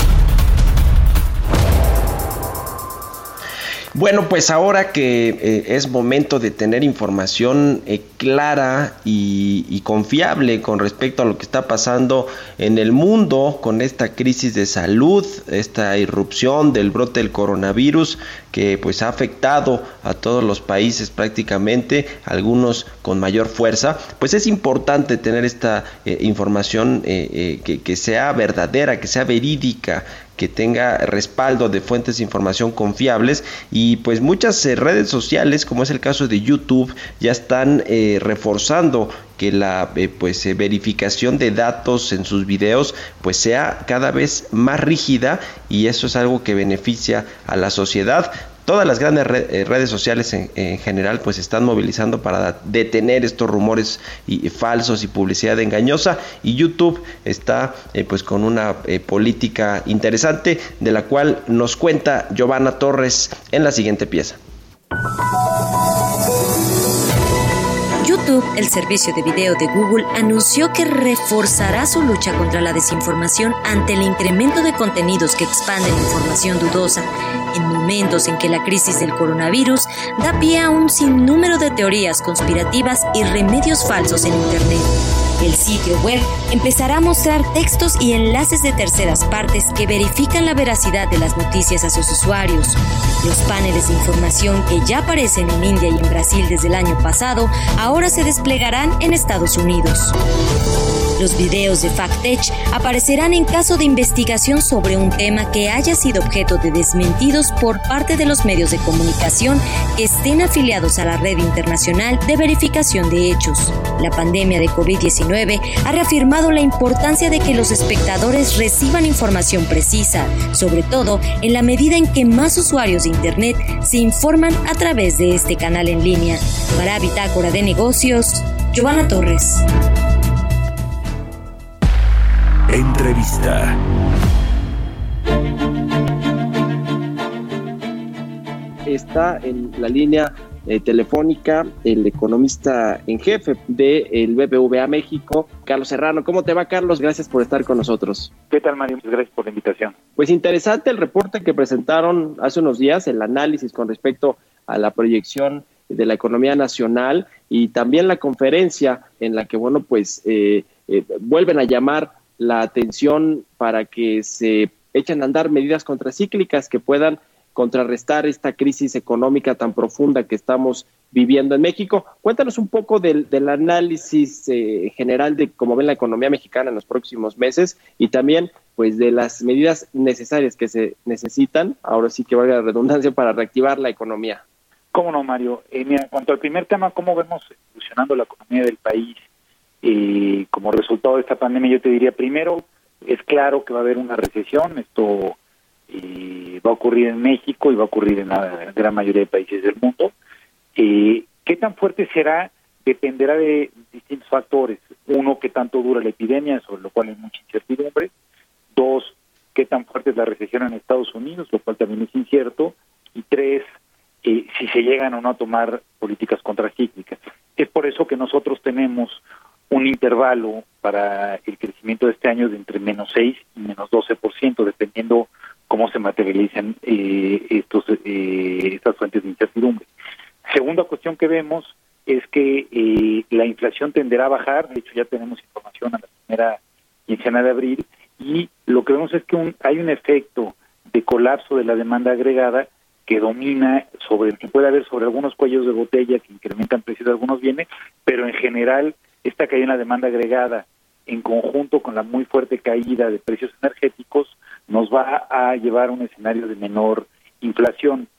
Bueno, pues ahora que eh, es momento de tener información eh, clara y, y confiable con respecto a lo que está pasando en el mundo con esta crisis de salud, esta irrupción del brote del coronavirus que pues ha afectado a todos los países prácticamente, algunos con mayor fuerza, pues es importante tener esta eh, información eh, eh, que, que sea verdadera, que sea verídica, que tenga respaldo de fuentes de información confiables, y pues muchas eh, redes sociales, como es el caso de YouTube, ya están eh, reforzando que la eh, pues eh, verificación de datos en sus videos pues sea cada vez más rígida, y eso es algo que beneficia a la sociedad. Todas las grandes re- redes sociales en, en general pues están movilizando para detener estos rumores y, y falsos y publicidad engañosa, y YouTube está eh, pues con una eh, política interesante de la cual nos cuenta Giovanna Torres en la siguiente pieza. YouTube, el servicio de video de Google, anunció que reforzará su lucha contra la desinformación ante el incremento de contenidos que expanden información dudosa, en momentos en que la crisis del coronavirus da pie a un sinnúmero de teorías conspirativas y remedios falsos en Internet. El sitio web empezará a mostrar textos y enlaces de terceras partes que verifican la veracidad de las noticias a sus usuarios. Los paneles de información que ya aparecen en India y en Brasil desde el año pasado, ahora se desplegarán en Estados Unidos. Los videos de FactTech aparecerán en caso de investigación sobre un tema que haya sido objeto de desmentidos por parte de los medios de comunicación que estén afiliados a la red internacional de verificación de hechos. La pandemia de covid diecinueve ha reafirmado la importancia de que los espectadores reciban información precisa, sobre todo en la medida en que más usuarios de Internet se informan a través de este canal en línea. Para Bitácora de Negocios, Giovanna Torres. Entrevista. Está en la línea eh, telefónica el economista en jefe del B B V A México, Carlos Serrano. ¿Cómo te va, Carlos? Gracias por estar con nosotros. ¿Qué tal, Mario? Muchas gracias por la invitación. Pues interesante el reporte que presentaron hace unos días, el análisis con respecto a la proyección de la economía nacional y también la conferencia en la que, bueno, pues eh, eh, vuelven a llamar la atención para que se echen a andar medidas contracíclicas que puedan contrarrestar esta crisis económica tan profunda que estamos viviendo en México. Cuéntanos un poco del, del análisis eh, general de cómo ven la economía mexicana en los próximos meses y también pues de las medidas necesarias que se necesitan, ahora sí que valga la redundancia, para reactivar la economía. ¿Cómo no, Mario? Eh, mira, en cuanto al primer tema, ¿cómo vemos evolucionando la economía del país eh, como resultado de esta pandemia? Yo te diría, primero, es claro que va a haber una recesión. Esto eh, va a ocurrir en México y va a ocurrir en la gran mayoría de países del mundo. Eh, ¿Qué tan fuerte será? Dependerá de distintos factores. Uno, qué tanto dura la epidemia, sobre lo cual hay mucha incertidumbre. Dos, qué tan fuerte es la recesión en Estados Unidos, lo cual también es incierto. Y tres, Eh, si se llegan o no a tomar políticas contracíclicas. Es por eso que nosotros tenemos un intervalo para el crecimiento de este año de entre menos seis y menos doce por ciento, dependiendo cómo se materializan eh, estos eh, estas fuentes de incertidumbre. Segunda cuestión que vemos es que eh, la inflación tenderá a bajar. De hecho, ya tenemos información a la primera quincena de abril, y lo que vemos es que un, hay un efecto de colapso de la demanda agregada que domina sobre, que puede haber sobre algunos cuellos de botella que incrementan precios de algunos bienes, pero en general esta caída en la demanda agregada, en conjunto con la muy fuerte caída de precios energéticos, nos va a llevar a un escenario de menor inflación.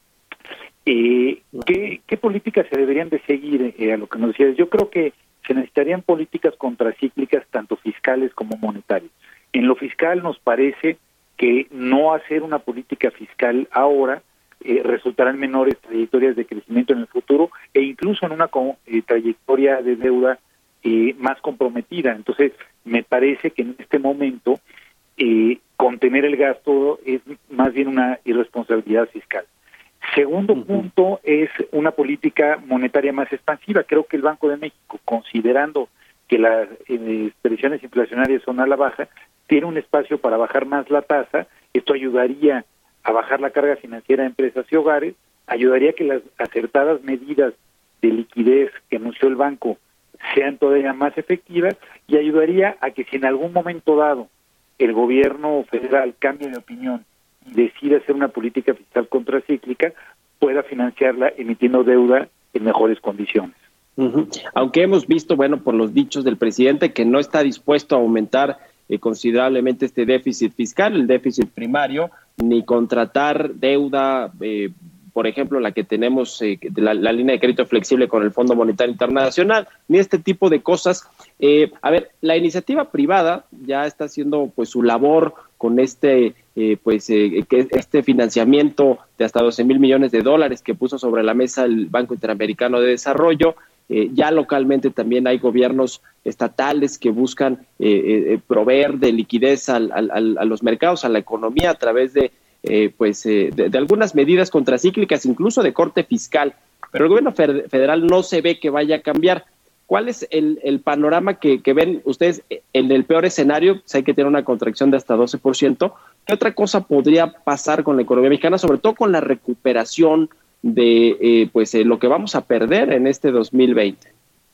Eh, ¿qué, ¿Qué políticas se deberían de seguir? Eh, a lo que nos decías, yo creo que se necesitarían políticas contracíclicas, tanto fiscales como monetarias. En lo fiscal nos parece que no hacer una política fiscal ahora Eh, resultarán menores trayectorias de crecimiento en el futuro e incluso en una eh, trayectoria de deuda eh, más comprometida. Entonces, me parece que en este momento eh, contener el gasto es más bien una irresponsabilidad fiscal. Segundo uh-huh. punto es una política monetaria más expansiva. Creo que el Banco de México, considerando que las eh, presiones inflacionarias son a la baja, tiene un espacio para bajar más la tasa. Esto ayudaría a bajar la carga financiera de empresas y hogares, ayudaría a que las acertadas medidas de liquidez que anunció el banco sean todavía más efectivas, y ayudaría a que si en algún momento dado el gobierno federal cambie de opinión y decide hacer una política fiscal contracíclica, pueda financiarla emitiendo deuda en mejores condiciones. Uh-huh. Aunque hemos visto, bueno, por los dichos del presidente, que no está dispuesto a aumentar eh, considerablemente este déficit fiscal, el déficit primario, ni contratar deuda, eh, por ejemplo, la que tenemos, eh, la, la línea de crédito flexible con el Fondo Monetario Internacional, ni este tipo de cosas. Eh, a ver, la iniciativa privada ya está haciendo pues su labor con este eh, pues eh, este financiamiento de hasta doce mil millones de dólares que puso sobre la mesa el Banco Interamericano de Desarrollo. Eh, ya localmente también hay gobiernos estatales que buscan eh, eh, proveer de liquidez al, al, al, a los mercados, a la economía, a través de, eh, pues, eh, de, de algunas medidas contracíclicas, incluso de corte fiscal. Pero el gobierno federal no se ve que vaya a cambiar. ¿Cuál es el, el panorama que, que ven ustedes en el peor escenario? Pues hay que tener una contracción de hasta doce por ciento. ¿Qué otra cosa podría pasar con la economía mexicana, sobre todo con la recuperación de eh, pues eh, lo que vamos a perder en este dos mil veinte?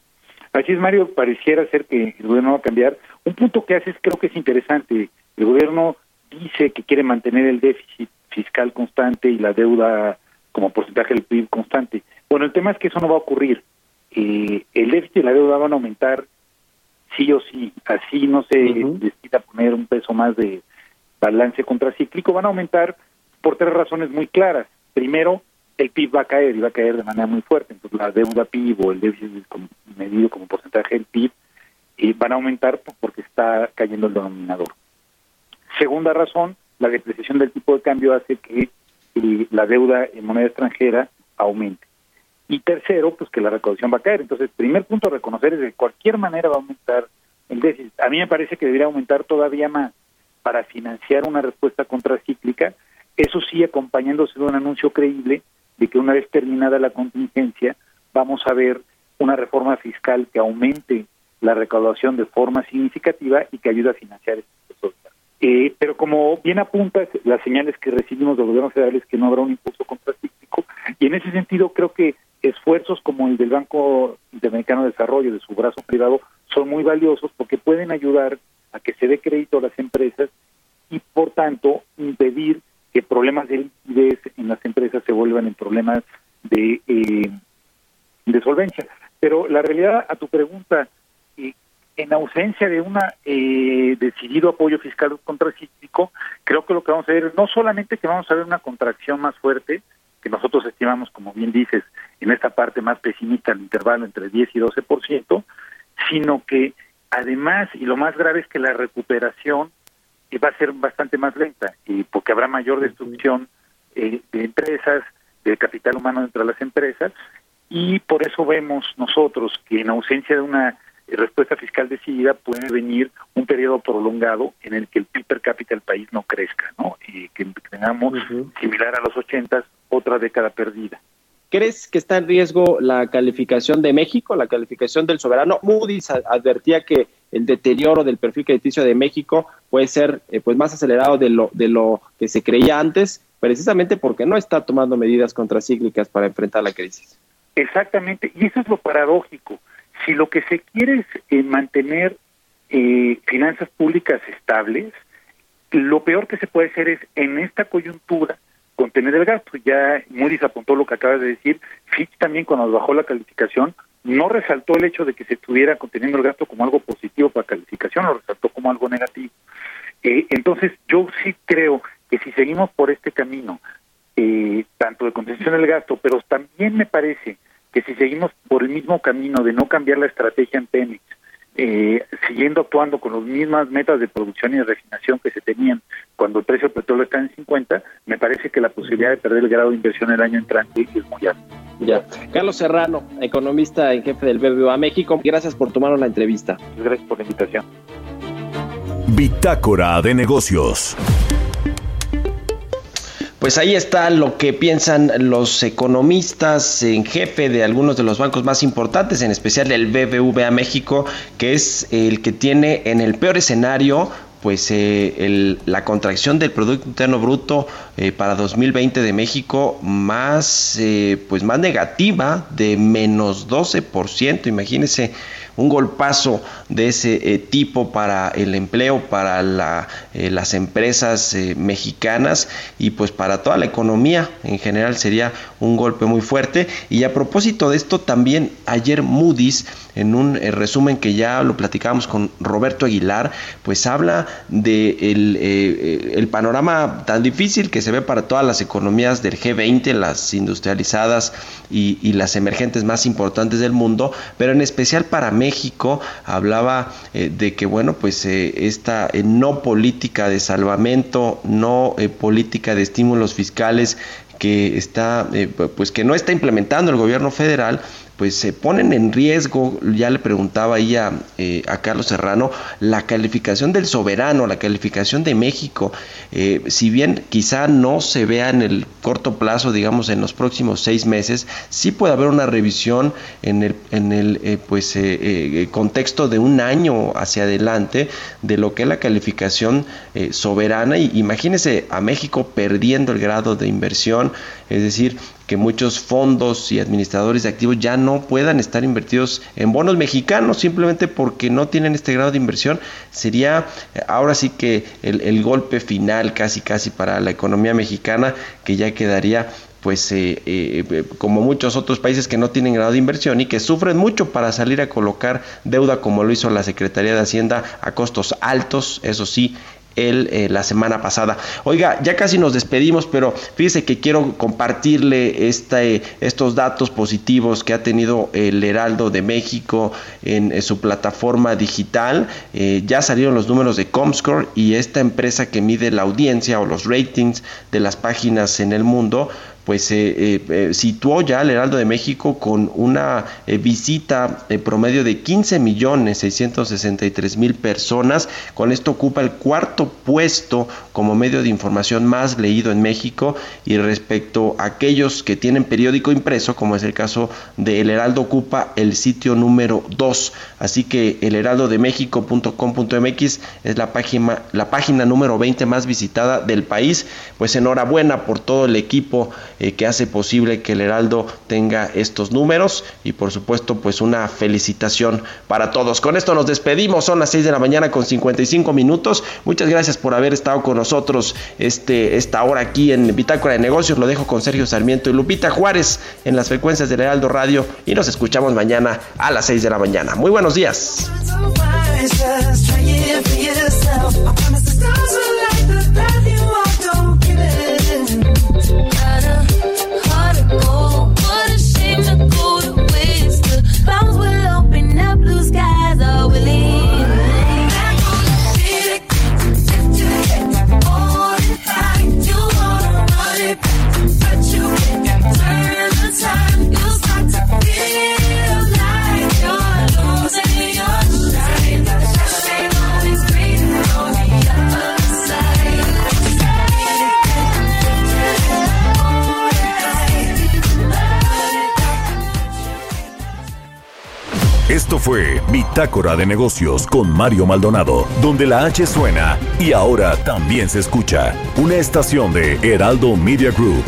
Así es, Mario, pareciera ser que el gobierno va a cambiar. Un punto que haces creo que es interesante. El gobierno dice que quiere mantener el déficit fiscal constante y la deuda como porcentaje del P I B constante. Bueno, el tema es que eso no va a ocurrir. Eh, el déficit y la deuda van a aumentar sí o sí, así no se uh-huh. decida poner un peso más de balance contracíclico, van a aumentar por tres razones muy claras. Primero, el P I B va a caer y va a caer de manera muy fuerte, entonces la deuda P I B o el déficit medido como porcentaje del P I B eh, van a aumentar porque está cayendo el denominador. Segunda razón, la depreciación del tipo de cambio hace que eh, la deuda en moneda extranjera aumente. Y tercero, pues que la recaudación va a caer. Entonces, el primer punto a reconocer es que de cualquier manera va a aumentar el déficit. A mí me parece que debería aumentar todavía más para financiar una respuesta contracíclica, eso sí acompañándose de un anuncio creíble de que una vez terminada la contingencia vamos a ver una reforma fiscal que aumente la recaudación de forma significativa y que ayude a financiar este proceso. Eh, pero como bien apuntas, las señales que recibimos del gobierno federal es que no habrá un impulso contracíclico, y en ese sentido creo que esfuerzos como el del Banco Interamericano de Desarrollo, de su brazo privado, son muy valiosos porque pueden ayudar a que se dé crédito a las empresas y, por tanto, impedir que problemas de liquidez en las empresas se vuelvan en problemas de, eh, de solvencia. Pero la realidad, a tu pregunta, eh, en ausencia de un eh, decidido apoyo fiscal contracíclico, creo que lo que vamos a ver es no solamente que vamos a ver una contracción más fuerte, que nosotros estimamos, como bien dices, en esta parte más pesimista, el intervalo entre diez y doce por ciento, sino que además, y lo más grave es que la recuperación eh, va a ser bastante más lenta, y porque habrá mayor destrucción eh, de empresas, de capital humano entre las empresas, y por eso vemos nosotros que en ausencia de una respuesta fiscal decidida puede venir un periodo prolongado en el que el P I B per cápita del país no crezca, ¿no? Y que tengamos, uh-huh. similar a los ochentas, otra década perdida. ¿Crees que está en riesgo la calificación de México, la calificación del soberano? Moody's advertía que el deterioro del perfil crediticio de México puede ser eh, pues más acelerado de lo de lo que se creía antes, precisamente porque no está tomando medidas contracíclicas para enfrentar la crisis. Exactamente, y eso es lo paradójico. Si lo que se quiere es eh, mantener eh, finanzas públicas estables, lo peor que se puede hacer es, en esta coyuntura, contener el gasto. Ya Moody's apuntó lo que acabas de decir. Fitch también, cuando bajó la calificación, no resaltó el hecho de que se estuviera conteniendo el gasto como algo positivo para calificación, lo resaltó como algo negativo. Eh, entonces, yo sí creo que si seguimos por este camino, eh, tanto de contención del gasto, pero también me parece que si seguimos por el mismo camino de no cambiar la estrategia en Pemex, eh, siguiendo actuando con las mismas metas de producción y de refinación que se tenían cuando el precio del petróleo está en cincuenta, me parece que la posibilidad de perder el grado de inversión el año entrante es muy alta. Ya. Carlos Serrano, economista en jefe del B B V A México, gracias por tomar la entrevista. Gracias por la invitación. Bitácora de Negocios. Pues ahí está lo que piensan los economistas en jefe de algunos de los bancos más importantes, en especial el B B V A México, que es el que tiene en el peor escenario pues eh, el, la contracción del Producto Interno Bruto eh, para dos mil veinte de México más eh, pues más negativa, de menos doce por ciento. Imagínense un golpazo de ese eh, tipo para el empleo, para la, eh, las empresas eh, mexicanas y pues para toda la economía en general sería un golpe muy fuerte. Y a propósito de esto, también ayer Moody's, en un eh, resumen que ya lo platicábamos con Roberto Aguilar, pues habla de el, eh, el panorama tan difícil que se ve para todas las economías del G veinte, las industrializadas y, y las emergentes más importantes del mundo, pero en especial para México. Hablaba eh, de que bueno, pues eh, esta eh, no política de salvamento, no eh, política de estímulos fiscales que está, eh, pues que no está implementando el gobierno federal, pues se ponen en riesgo. Ya le preguntaba ahí a, eh, a Carlos Serrano, la calificación del soberano, la calificación de México, eh, si bien quizá no se vea en el corto plazo, digamos en los próximos seis meses, sí puede haber una revisión en el, en el eh, pues eh, eh, contexto de un año hacia adelante de lo que es la calificación eh, soberana. Y imagínese a México perdiendo el grado de inversión, es decir, que muchos fondos y administradores de activos ya no puedan estar invertidos en bonos mexicanos simplemente porque no tienen este grado de inversión. Sería ahora sí que el, el golpe final casi casi para la economía mexicana, que ya quedaría pues eh, eh, como muchos otros países que no tienen grado de inversión y que sufren mucho para salir a colocar deuda, como lo hizo la Secretaría de Hacienda a costos altos, eso sí, El, eh, la semana pasada. Oiga, ya casi nos despedimos, pero fíjese que quiero compartirle este, estos datos positivos que ha tenido el Heraldo de México en, en su plataforma digital. Eh, ya salieron los números de Comscore, y esta empresa que mide la audiencia o los ratings de las páginas en el mundo, pues eh, eh, situó ya al Heraldo de México con una eh, visita eh, promedio de quince millones seiscientos sesenta y tres mil personas. Con esto ocupa el cuarto puesto como medio de información más leído en México, y respecto a aquellos que tienen periódico impreso, como es el caso de El Heraldo, ocupa el sitio número dos. Así que el heraldo de méxico punto com punto m x es la página, la página número veinte más visitada del país. Pues enhorabuena por todo el equipo Eh, que hace posible que el Heraldo tenga estos números, y por supuesto pues una felicitación para todos. Con esto nos despedimos, son las seis de la mañana con cincuenta y cinco minutos. Muchas gracias por haber estado con nosotros este, esta hora aquí en Bitácora de Negocios. Lo dejo con Sergio Sarmiento y Lupita Juárez en las frecuencias del Heraldo Radio, y nos escuchamos mañana a las seis de la mañana. Muy buenos días. Esto fue Bitácora de Negocios con Mario Maldonado, donde la H suena y ahora también se escucha. Una estación de Heraldo Media Group.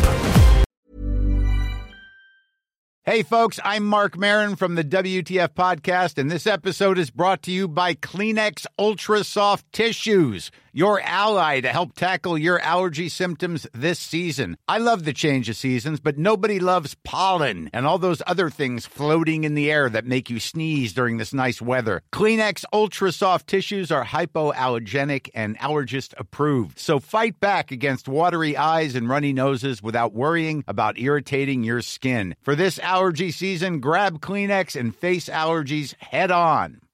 Hey folks, I'm Mark Maron from the W T F Podcast, and this episode is brought to you by Kleenex Ultra Soft Tissues, your ally to help tackle your allergy symptoms this season. I love the change of seasons, but nobody loves pollen and all those other things floating in the air that make you sneeze during this nice weather. Kleenex Ultra Soft Tissues are hypoallergenic and allergist approved, so fight back against watery eyes and runny noses without worrying about irritating your skin. For this allergy season, grab Kleenex and face allergies head on.